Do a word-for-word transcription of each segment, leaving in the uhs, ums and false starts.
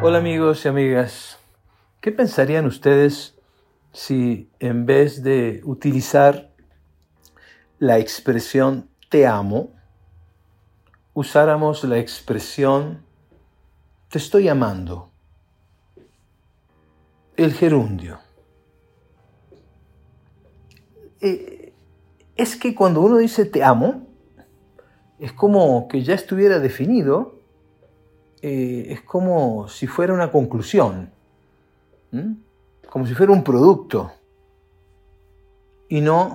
Hola amigos y amigas, ¿qué pensarían ustedes si en vez de utilizar la expresión te amo, usáramos la expresión te estoy amando? El gerundio. Eh, es que cuando uno dice te amo, es como que ya estuviera definido, eh, es como si fuera una conclusión, ¿m? Como si fuera un producto y no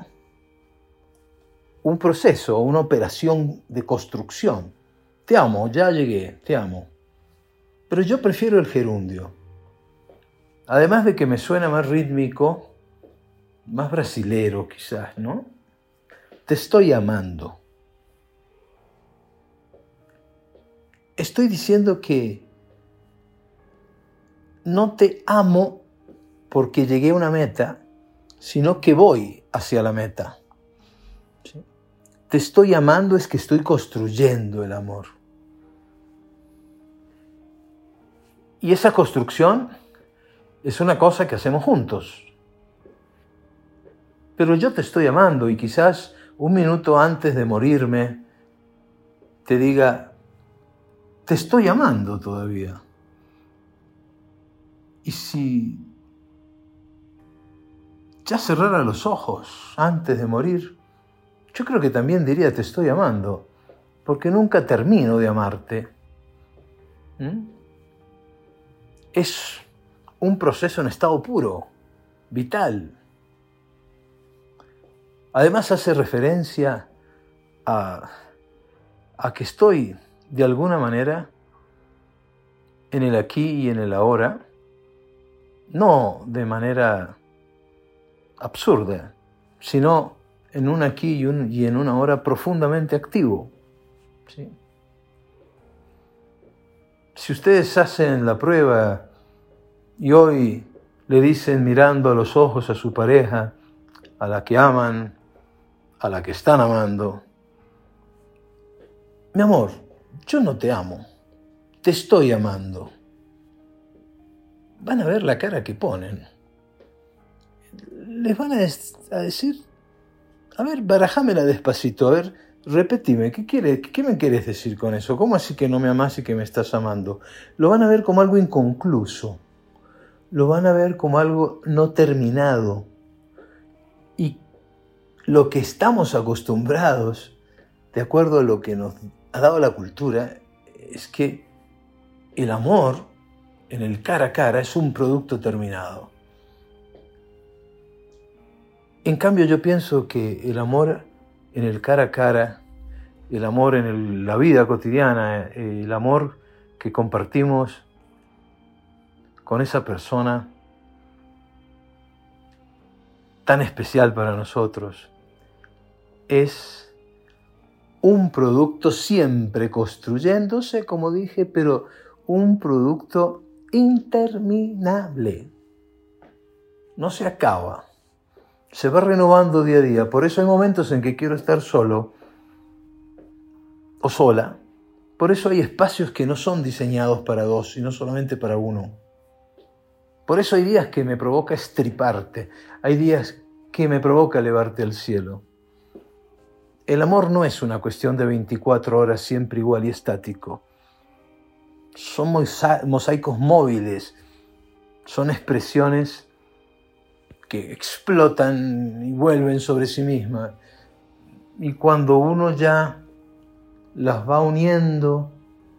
un proceso, una operación de construcción. Te amo, ya llegué, te amo. Pero yo prefiero el gerundio. Además de que me suena más rítmico, más brasilero quizás, ¿no? Te estoy amando. Estoy diciendo que no te amo porque llegué a una meta, sino que voy hacia la meta. ¿Sí? Te estoy amando es que estoy construyendo el amor. Y esa construcción es una cosa que hacemos juntos. Pero yo te estoy amando y quizás un minuto antes de morirme te diga, te estoy amando todavía. Y si ya cerrara los ojos antes de morir, yo creo que también diría te estoy amando, porque nunca termino de amarte. ¿Mm? Es un proceso en estado puro, vital. Además hace referencia a, a que estoy, de alguna manera, en el aquí y en el ahora, no de manera absurda, sino en un aquí y, un, y en un ahora profundamente activo. ¿Sí? Si ustedes hacen la prueba y hoy le dicen mirando a los ojos a su pareja, a la que aman, a la que están amando, mi amor, yo no te amo, te estoy amando. Van a ver la cara que ponen. Les van a, des- a decir, a ver, barajámela despacito, a ver, repetime, ¿qué, quiere, ¿qué me quieres decir con eso? ¿Cómo así que no me amas y que me estás amando? Lo van a ver como algo inconcluso, lo van a ver como algo no terminado. Y lo que estamos acostumbrados, de acuerdo a lo que nos ha dado la cultura, es que el amor en el cara a cara es un producto terminado. En cambio, yo pienso que el amor en el cara a cara, el amor en el, la vida cotidiana, el amor que compartimos con esa persona tan especial para nosotros, es un producto siempre construyéndose, como dije, pero un producto interminable. No se acaba. Se va renovando día a día. Por eso hay momentos en que quiero estar solo o sola. Por eso hay espacios que no son diseñados para dos, sino solamente para uno. Por eso hay días que me provoca estriparte. Hay días que me provoca elevarte al cielo. El amor no es una cuestión de veinticuatro horas siempre igual y estático. Son mosaicos móviles. Son expresiones que explotan y vuelven sobre sí mismas. Y cuando uno ya las va uniendo,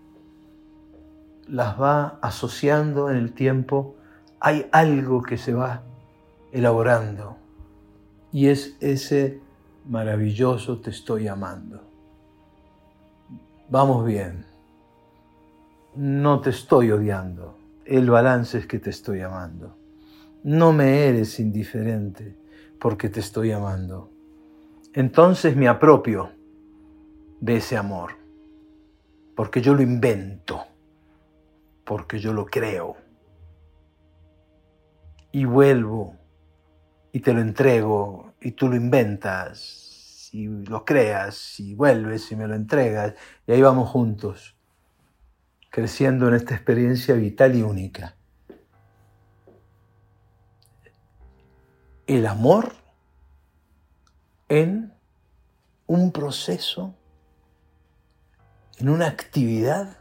las va asociando en el tiempo, hay algo que se va elaborando. Y es ese maravilloso te estoy amando. Vamos bien. No te estoy odiando. El balance es que te estoy amando. No me eres indiferente porque te estoy amando. Entonces me apropio de ese amor, porque yo lo invento, porque yo lo creo. Y vuelvo y te lo entrego y tú lo inventas y lo creas y vuelves y me lo entregas y ahí vamos juntos. creciendo en esta experiencia vital y única. El amor en un proceso, en una actividad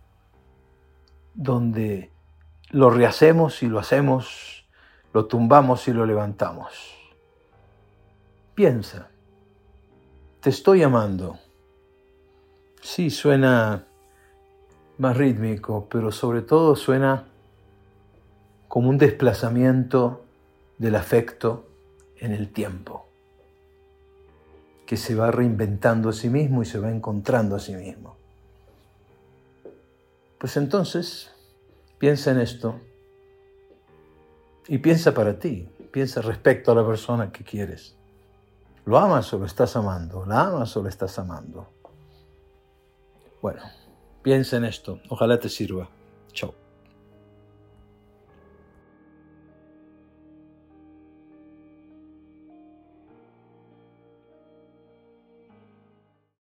donde lo rehacemos y lo hacemos, lo tumbamos y lo levantamos. Piensa, te estoy amando. Sí, suena más rítmico, pero sobre todo suena como un desplazamiento del afecto en el tiempo, que se va reinventando a sí mismo y se va encontrando a sí mismo. Pues entonces, piensa en esto y piensa para ti, piensa respecto a la persona que quieres. ¿Lo amas o lo estás amando? ¿La amas o la estás amando? Bueno, piensa en esto, ojalá te sirva. Chao.